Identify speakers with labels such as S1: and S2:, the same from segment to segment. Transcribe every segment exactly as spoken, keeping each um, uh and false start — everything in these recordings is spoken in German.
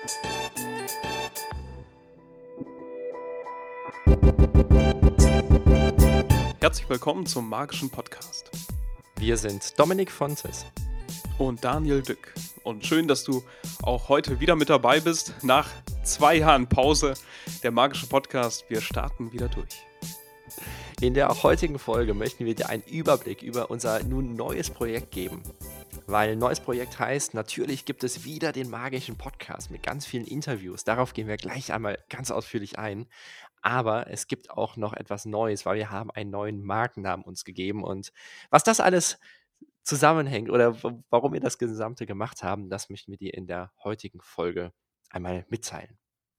S1: Herzlich willkommen zum Magischen Podcast.
S2: Wir sind Dominik Fontes
S1: und Daniel Dück. Und schön, dass du auch heute wieder mit dabei bist. Nach zwei Jahren Pause, der Magische Podcast. Wir starten wieder durch.
S2: In der heutigen Folge möchten wir dir einen Überblick über unser nun neues Projekt geben. Weil neues Projekt heißt, natürlich gibt es wieder den Magischen Podcast mit ganz vielen Interviews. Darauf gehen wir gleich einmal ganz ausführlich ein. Aber es gibt auch noch etwas Neues, weil wir haben einen neuen Markennamen uns gegeben. Und was das alles zusammenhängt oder w- warum wir das Gesamte gemacht haben, das möchten wir dir in der heutigen Folge einmal mitteilen.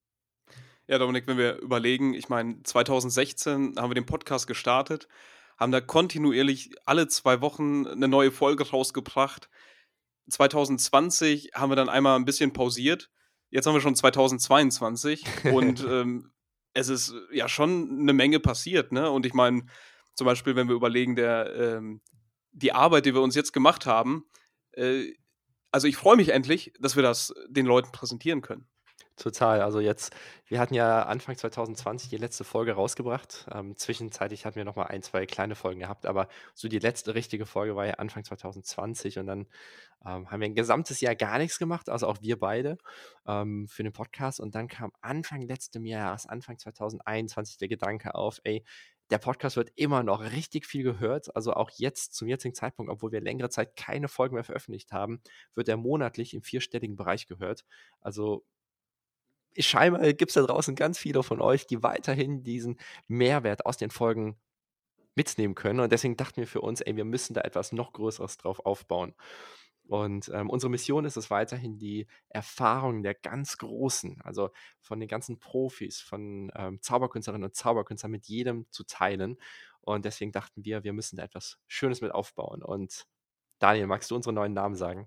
S1: Ja, Dominik, wenn wir überlegen, ich meine, zwanzig sechzehn haben wir den Podcast gestartet, haben da kontinuierlich alle zwei Wochen eine neue Folge rausgebracht. zwanzig zwanzig haben wir dann einmal ein bisschen pausiert. Jetzt haben wir schon zwanzig zweiundzwanzig und ähm, es ist ja schon eine Menge passiert, ne? Und ich meine, zum Beispiel, wenn wir überlegen, der, ähm, die Arbeit, die wir uns jetzt gemacht haben, äh, also ich freue mich endlich, dass wir das den Leuten präsentieren können.
S2: Total. Also jetzt, wir hatten ja Anfang zwanzig zwanzig die letzte Folge rausgebracht. Ähm, zwischenzeitlich hatten wir noch mal ein, zwei kleine Folgen gehabt, aber so die letzte richtige Folge war ja Anfang zwanzig zwanzig und dann ähm, haben wir ein gesamtes Jahr gar nichts gemacht, also auch wir beide ähm, für den Podcast. Und dann kam Anfang letztem Jahres, Anfang zwanzig einundzwanzig der Gedanke auf, ey, der Podcast wird immer noch richtig viel gehört. Also auch jetzt, zum jetzigen Zeitpunkt, obwohl wir längere Zeit keine Folgen mehr veröffentlicht haben, wird er monatlich im vierstelligen Bereich gehört. Also scheinbar gibt es da draußen ganz viele von euch, die weiterhin diesen Mehrwert aus den Folgen mitnehmen können. Und deswegen dachten wir für uns, ey, wir müssen da etwas noch Größeres drauf aufbauen. Und ähm, unsere Mission ist es weiterhin, die Erfahrungen der ganz Großen, also von den ganzen Profis, von ähm, Zauberkünstlerinnen und Zauberkünstlern mit jedem zu teilen. Und deswegen dachten wir, wir müssen da etwas Schönes mit aufbauen. Und Daniel, magst du unsere neuen Namen sagen?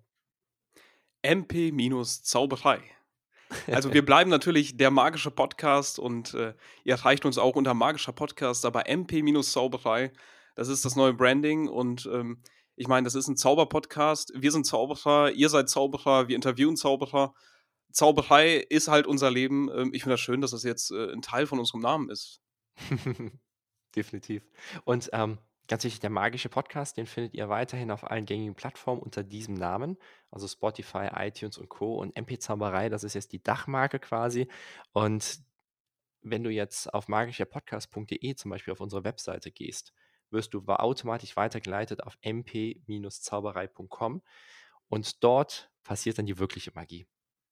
S1: M P-Zauberei. Also wir bleiben natürlich der Magische Podcast und äh, ihr erreicht uns auch unter Magischer Podcast, aber M P-Zauberei, das ist das neue Branding und ähm, ich meine, das ist ein Zauberpodcast. Wir sind Zauberer, ihr seid Zauberer, wir interviewen Zauberer. Zauberei ist halt unser Leben. Ähm, ich finde das schön, dass das jetzt äh, ein Teil von unserem Namen ist.
S2: Definitiv. Und ähm, ganz wichtig, der Magische Podcast, den findet ihr weiterhin auf allen gängigen Plattformen unter diesem Namen, also Spotify, iTunes und Co. Und M P Zauberei, das ist jetzt die Dachmarke quasi. Und wenn du jetzt auf magischerpodcast punkt de zum Beispiel auf unsere Webseite gehst, wirst du wa- automatisch weitergeleitet auf m p zauberei punkt com und dort passiert dann die wirkliche Magie.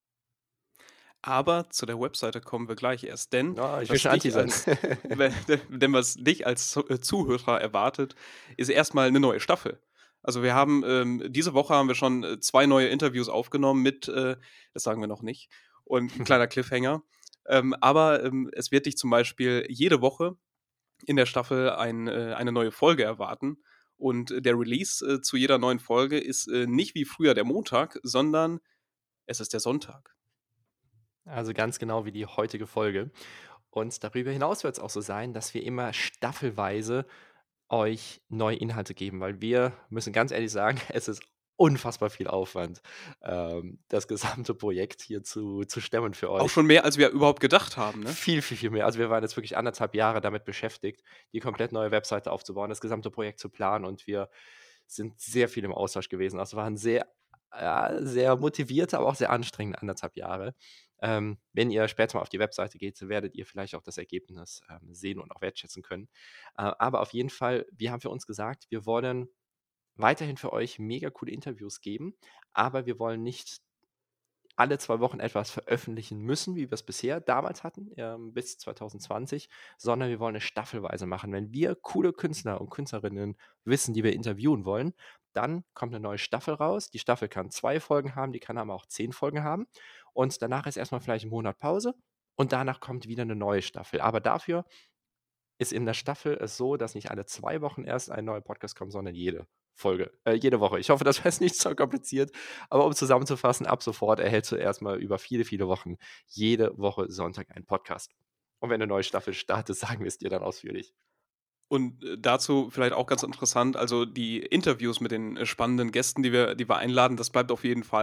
S1: Aber zu der Webseite kommen wir gleich erst, denn
S2: Ja, ich will
S1: was
S2: schon
S1: dich
S2: anteasern.
S1: als, wenn- denn was dich als Zu- äh, Zuhörer erwartet, ist erstmal eine neue Staffel. Also wir haben, ähm, diese Woche haben wir schon äh, zwei neue Interviews aufgenommen mit, äh, das sagen wir noch nicht, und ein kleiner Cliffhanger. Ähm, aber ähm, es wird dich zum Beispiel jede Woche in der Staffel ein, äh, eine neue Folge erwarten. Und äh, der Release äh, zu jeder neuen Folge ist äh, nicht wie früher der Montag, sondern es ist der Sonntag.
S2: Also ganz genau wie die heutige Folge. Und darüber hinaus wird es auch so sein, dass wir immer staffelweise euch neue Inhalte geben, weil wir müssen ganz ehrlich sagen, es ist unfassbar viel Aufwand, ähm, das gesamte Projekt hier zu, zu stemmen für
S1: Auch
S2: euch.
S1: schon mehr, als wir überhaupt gedacht haben, ne?
S2: Viel, viel, viel mehr. Also wir waren jetzt wirklich anderthalb Jahre damit beschäftigt, die komplett neue Webseite aufzubauen, das gesamte Projekt zu planen und wir sind sehr viel im Austausch gewesen. Also waren sehr, ja, sehr motivierte, aber auch sehr anstrengende anderthalb Jahre. Ähm, wenn ihr später mal auf die Webseite geht, werdet ihr vielleicht auch das Ergebnis ähm, sehen und auch wertschätzen können. Äh, aber auf jeden Fall, wir haben für uns gesagt, wir wollen weiterhin für euch mega coole Interviews geben, aber wir wollen nicht alle zwei Wochen etwas veröffentlichen müssen, wie wir es bisher damals hatten, ähm, bis zwanzig zwanzig, sondern wir wollen es staffelweise machen. Wenn wir coole Künstler und Künstlerinnen wissen, die wir interviewen wollen, dann kommt eine neue Staffel raus. Die Staffel kann zwei Folgen haben, die kann aber auch zehn Folgen haben. Und danach ist erstmal vielleicht ein Monat Pause und danach kommt wieder eine neue Staffel. Aber dafür ist in der Staffel es so, dass nicht alle zwei Wochen erst ein neuer Podcast kommt, sondern jede Folge, äh, jede Woche. Ich hoffe, das war jetzt nicht so kompliziert, aber um zusammenzufassen, ab sofort erhältst du erstmal über viele, viele Wochen jede Woche Sonntag einen Podcast. Und wenn eine neue Staffel startet, sagen wir es dir dann ausführlich.
S1: Und äh, dazu vielleicht auch ganz interessant, also die Interviews mit den äh, spannenden Gästen, die wir, die wir einladen, das bleibt auf jeden Fall.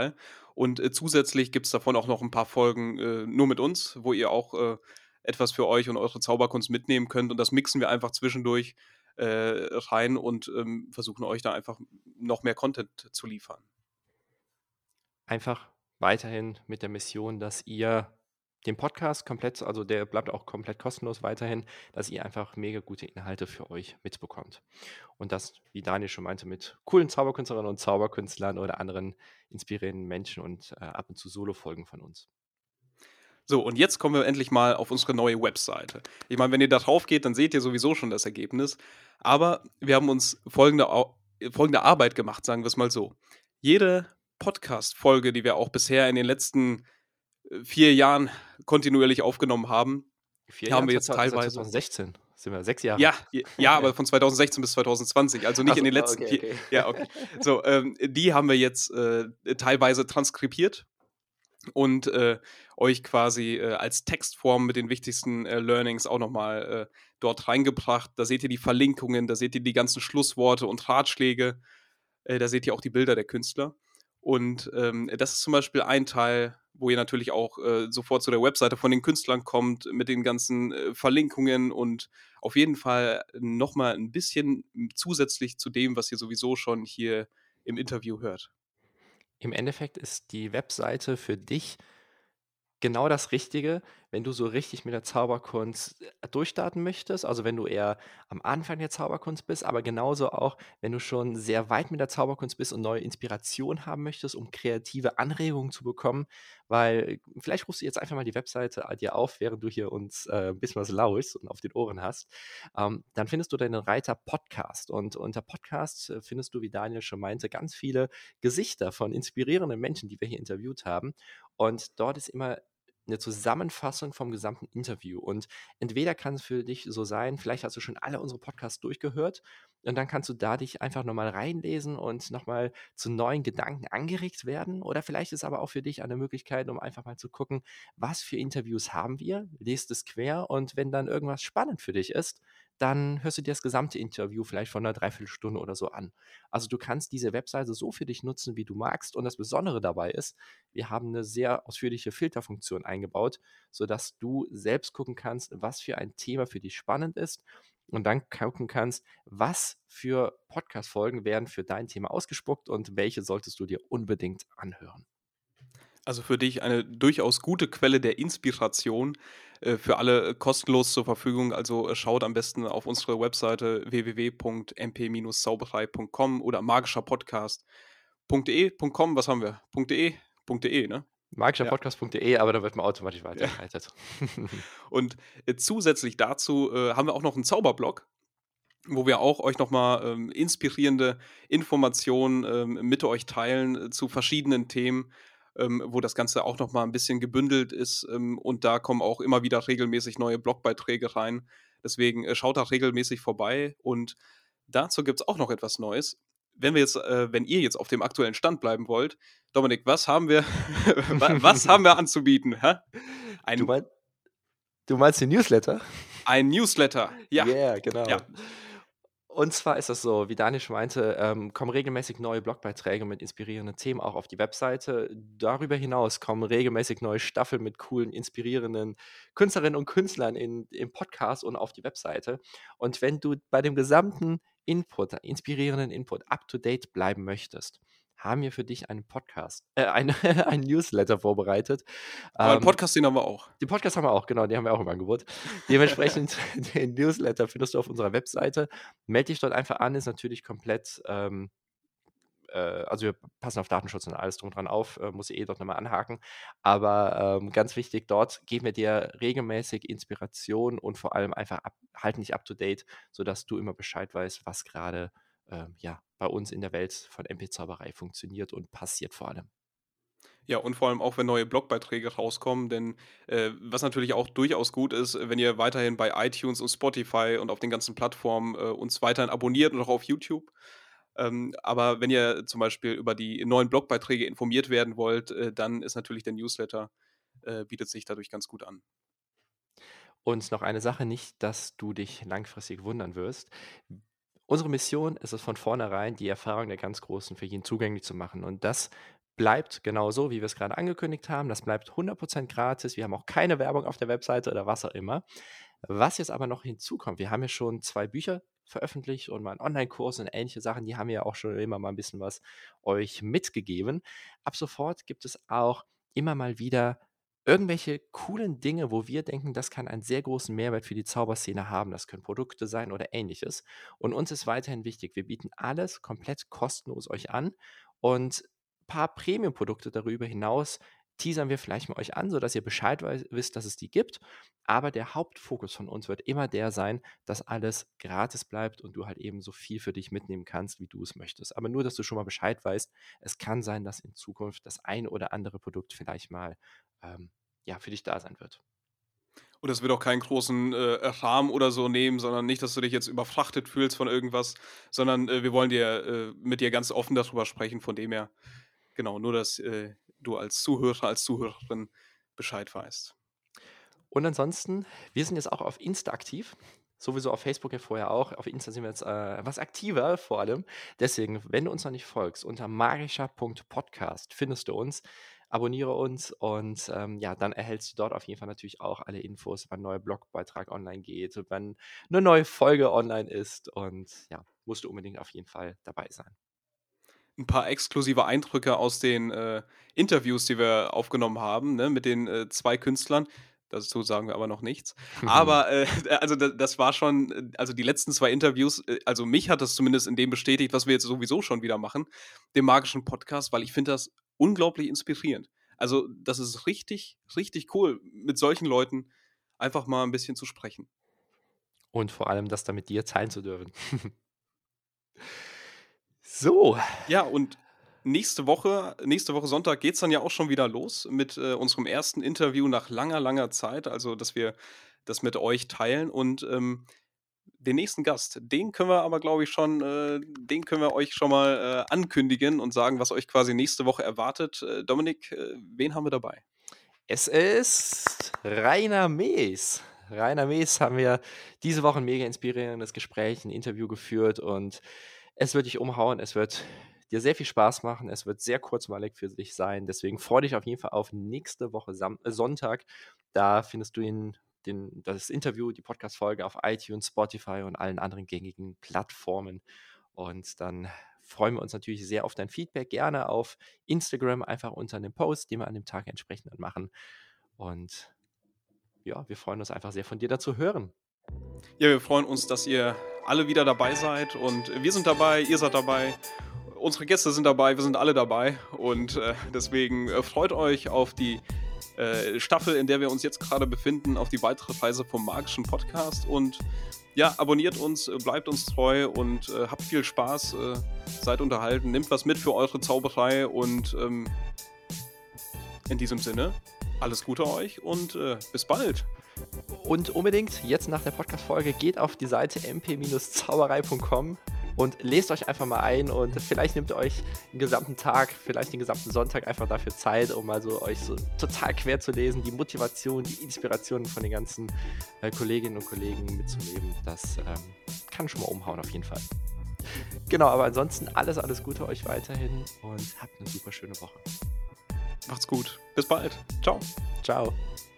S1: Und äh, zusätzlich gibt es davon auch noch ein paar Folgen äh, nur mit uns, wo ihr auch äh, etwas für euch und eure Zauberkunst mitnehmen könnt. Und das mixen wir einfach zwischendurch äh, rein und ähm, versuchen euch da einfach noch mehr Content zu liefern.
S2: Einfach weiterhin mit der Mission, dass ihr den Podcast komplett, also der bleibt auch komplett kostenlos weiterhin, dass ihr einfach mega gute Inhalte für euch mitbekommt. Und das, wie Daniel schon meinte, mit coolen Zauberkünstlerinnen und Zauberkünstlern oder anderen inspirierenden Menschen und äh, ab und zu Solo-Folgen von uns.
S1: So, und jetzt kommen wir endlich mal auf unsere neue Webseite. Ich meine, wenn ihr da drauf geht, dann seht ihr sowieso schon das Ergebnis. Aber wir haben uns folgende, Au- folgende Arbeit gemacht, sagen wir es mal so. Jede Podcast-Folge, die wir auch bisher in den letzten äh, vier Jahren kontinuierlich aufgenommen haben,
S2: Vier
S1: haben
S2: Jahre,
S1: wir jetzt
S2: seit
S1: teilweise.
S2: zwanzig sechzehn sind wir, sechs Jahre.
S1: Ja, j- ja, aber von zwanzig sechzehn bis zwanzig zwanzig, also nicht
S2: Ach
S1: in
S2: so,
S1: den
S2: ja,
S1: letzten
S2: okay,
S1: vier.
S2: okay.
S1: Ja, okay. So, ähm, die haben wir jetzt äh, teilweise transkribiert und äh, euch quasi äh, als Textform mit den wichtigsten äh, Learnings auch nochmal äh, dort reingebracht. Da seht ihr die Verlinkungen, da seht ihr die ganzen Schlussworte und Ratschläge, äh, da seht ihr auch die Bilder der Künstler. Und ähm, das ist zum Beispiel ein Teil, wo ihr natürlich auch äh, sofort zu der Webseite von den Künstlern kommt, mit den ganzen äh, Verlinkungen und auf jeden Fall nochmal ein bisschen zusätzlich zu dem, was ihr sowieso schon hier im Interview hört.
S2: Im Endeffekt ist die Webseite für dich genau das Richtige, wenn du so richtig mit der Zauberkunst äh, durchstarten möchtest. Also wenn du eher am Anfang der Zauberkunst bist, aber genauso auch, wenn du schon sehr weit mit der Zauberkunst bist und neue Inspiration haben möchtest, um kreative Anregungen zu bekommen. Weil äh, vielleicht rufst du jetzt einfach mal die Webseite äh, dir auf, während du hier uns äh, ein bisschen was lauschst und auf den Ohren hast. Ähm, dann findest du deinen Reiter Podcast. Und unter Podcast äh, findest du, wie Daniel schon meinte, ganz viele Gesichter von inspirierenden Menschen, die wir hier interviewt haben. Und dort ist immer eine Zusammenfassung vom gesamten Interview. Und entweder kann es für dich so sein, vielleicht hast du schon alle unsere Podcasts durchgehört und dann kannst du da dich einfach nochmal reinlesen und nochmal zu neuen Gedanken angeregt werden. Oder vielleicht ist aber auch für dich eine Möglichkeit, um einfach mal zu gucken, was für Interviews haben wir, lest es quer und wenn dann irgendwas spannend für dich ist, dann hörst du dir das gesamte Interview vielleicht von einer Dreiviertelstunde oder so an. Also du kannst diese Webseite so für dich nutzen, wie du magst. Und das Besondere dabei ist, wir haben eine sehr ausführliche Filterfunktion eingebaut, sodass du selbst gucken kannst, was für ein Thema für dich spannend ist und dann gucken kannst, was für Podcast-Folgen werden für dein Thema ausgespuckt und welche solltest du dir unbedingt anhören.
S1: Also für dich eine durchaus gute Quelle der Inspiration, äh, für alle äh, kostenlos zur Verfügung. Also äh, schaut am besten auf unsere Webseite w w w punkt m p zauberei punkt com oder magischerpodcast punkt d e punkt com. Was haben wir? .de? .de, ne? Ja.
S2: magischerpodcast punkt de, aber da wird man automatisch
S1: Ja.
S2: weitergeleitet.
S1: Und äh, zusätzlich dazu äh, haben wir auch noch einen Zauberblog, wo wir auch euch nochmal ähm, inspirierende Informationen ähm, mit euch teilen äh, zu verschiedenen Themen, ähm, wo das Ganze auch nochmal ein bisschen gebündelt ist. Ähm, und da kommen auch immer wieder regelmäßig neue Blogbeiträge rein. Deswegen äh, schaut da regelmäßig vorbei. Und dazu gibt es auch noch etwas Neues. Wenn wir jetzt, äh, wenn ihr jetzt auf dem aktuellen Stand bleiben wollt, Dominik, was haben wir, was haben wir anzubieten? Hä?
S2: Du,
S1: Ein,
S2: mein, du meinst den Newsletter?
S1: ein Newsletter. Ja.
S2: Yeah, genau.
S1: Ja.
S2: Und zwar ist das so, wie Daniel schon meinte, ähm, kommen regelmäßig neue Blogbeiträge mit inspirierenden Themen auch auf die Webseite. Darüber hinaus kommen regelmäßig neue Staffeln mit coolen, inspirierenden Künstlerinnen und Künstlern in, im Podcast und auf die Webseite. Und wenn du bei dem gesamten Input, inspirierenden Input, up-to-date bleiben möchtest, haben wir für dich einen Podcast, äh, ein, ein Newsletter vorbereitet.
S1: Aber einen
S2: Ähm,
S1: Podcast, den haben wir auch.
S2: den Podcast haben wir auch, genau, den haben wir auch im Angebot. Dementsprechend, den Newsletter findest du auf unserer Webseite. Melde dich dort einfach an, ist natürlich komplett, ähm, äh, also wir passen auf Datenschutz und alles drum dran auf, äh, muss ich eh dort nochmal anhaken. Aber ähm, ganz wichtig, dort geben wir dir regelmäßig Inspiration und vor allem einfach ab, halten dich up to date, sodass du immer Bescheid weißt, was gerade ähm, ja, bei uns in der Welt von M P-Zauberei funktioniert und passiert vor allem.
S1: Ja, und vor allem auch, wenn neue Blogbeiträge rauskommen, denn äh, was natürlich auch durchaus gut ist, wenn ihr weiterhin bei iTunes und Spotify und auf den ganzen Plattformen äh, uns weiterhin abonniert und auch auf YouTube. Ähm, aber wenn ihr zum Beispiel über die neuen Blogbeiträge informiert werden wollt, äh, dann ist natürlich der Newsletter, äh, bietet sich dadurch ganz gut an.
S2: Und noch eine Sache, nicht, dass du dich langfristig wundern wirst. Unsere Mission ist es von vornherein, die Erfahrung der ganz Großen für jeden zugänglich zu machen. Und das bleibt genauso, wie wir es gerade angekündigt haben. Das bleibt hundert Prozent gratis. Wir haben auch keine Werbung auf der Webseite oder was auch immer. Was jetzt aber noch hinzukommt, wir haben ja schon zwei Bücher veröffentlicht und mal einen Online-Kurs und ähnliche Sachen, die haben wir ja auch schon immer mal ein bisschen was euch mitgegeben. Ab sofort gibt es auch immer mal wieder irgendwelche coolen Dinge, wo wir denken, das kann einen sehr großen Mehrwert für die Zauberszene haben. Das können Produkte sein oder ähnliches. Und uns ist weiterhin wichtig, wir bieten alles komplett kostenlos euch an und ein paar Premium-Produkte darüber hinaus teasern wir vielleicht mal euch an, sodass ihr Bescheid weiß, wisst, dass es die gibt. Aber der Hauptfokus von uns wird immer der sein, dass alles gratis bleibt und du halt eben so viel für dich mitnehmen kannst, wie du es möchtest. Aber nur, dass du schon mal Bescheid weißt, es kann sein, dass in Zukunft das ein oder andere Produkt vielleicht mal ähm, ja, für dich da sein wird.
S1: Und das wird auch keinen großen äh, Rahmen oder so nehmen, sondern nicht, dass du dich jetzt überfrachtet fühlst von irgendwas, sondern äh, wir wollen dir äh, mit dir ganz offen darüber sprechen. Von dem her, genau, nur dass äh, du als Zuhörer, als Zuhörerin Bescheid weißt.
S2: Und ansonsten, wir sind jetzt auch auf Insta aktiv. Sowieso auf Facebook ja vorher auch. Auf Insta sind wir jetzt äh, was aktiver vor allem. Deswegen, wenn du uns noch nicht folgst, unter magischer Punkt podcast findest du uns. Abonniere uns und ähm, ja, dann erhältst du dort auf jeden Fall natürlich auch alle Infos, wann ein neuer Blogbeitrag online geht, wann eine neue Folge online ist. Und ja, musst du unbedingt auf jeden Fall dabei sein.
S1: Ein paar exklusive Eindrücke aus den äh, Interviews, die wir aufgenommen haben, ne, mit den äh, zwei Künstlern. Dazu sagen wir aber noch nichts. Aber äh, also da, das war schon, äh, also die letzten zwei Interviews, äh, also mich hat das zumindest in dem bestätigt, was wir jetzt sowieso schon wieder machen, dem magischen Podcast, weil ich finde das unglaublich inspirierend. Also das ist richtig, richtig cool, mit solchen Leuten einfach mal ein bisschen zu sprechen.
S2: Und vor allem das da mit dir teilen zu dürfen. So,
S1: Ja, und nächste Woche, nächste Woche Sonntag geht's dann ja auch schon wieder los mit äh, unserem ersten Interview nach langer, langer Zeit. Also, dass wir das mit euch teilen. Und ähm, den nächsten Gast, den können wir aber, glaube ich, schon, äh, den können wir euch schon mal äh, ankündigen und sagen, was euch quasi nächste Woche erwartet. Äh, Dominik, äh, wen haben wir dabei?
S2: es ist Rainer Mees. Rainer Mees haben wir diese Woche ein mega inspirierendes Gespräch, ein Interview geführt und es wird dich umhauen, es wird dir sehr viel Spaß machen, es wird sehr kurzweilig für dich sein. Deswegen freue dich auf jeden Fall auf nächste Woche Sam äh, Sonntag. Da findest du ihn, den, das Interview, die Podcast-Folge auf iTunes, Spotify und allen anderen gängigen Plattformen. Und dann freuen wir uns natürlich sehr auf dein Feedback. Gerne auf Instagram einfach unter einem Post, den wir an dem Tag entsprechend dann machen. Und ja, wir freuen uns einfach sehr von dir dazu hören.
S1: Ja, wir freuen uns, dass ihr alle wieder dabei seid und wir sind dabei, ihr seid dabei, unsere Gäste sind dabei, wir sind alle dabei und äh, deswegen äh, freut euch auf die äh, Staffel, in der wir uns jetzt gerade befinden, auf die weitere Reise vom magischen Podcast und ja, abonniert uns, äh, bleibt uns treu und äh, habt viel Spaß, äh, seid unterhalten, nehmt was mit für eure Zauberei und ähm, in diesem Sinne, alles Gute euch und äh, bis bald.
S2: Und unbedingt jetzt nach der Podcast-Folge geht auf die Seite m p zauberei punkt com und lest euch einfach mal ein und vielleicht nehmt ihr euch den gesamten Tag, vielleicht den gesamten Sonntag einfach dafür Zeit, um mal so euch so total quer zu lesen, die Motivation, die Inspiration von den ganzen äh, Kolleginnen und Kollegen mitzunehmen. Das ähm, kann schon mal umhauen auf jeden Fall. Genau, aber ansonsten alles, alles Gute euch weiterhin und habt eine super schöne Woche.
S1: Macht's gut. Bis bald. Ciao.
S2: Ciao.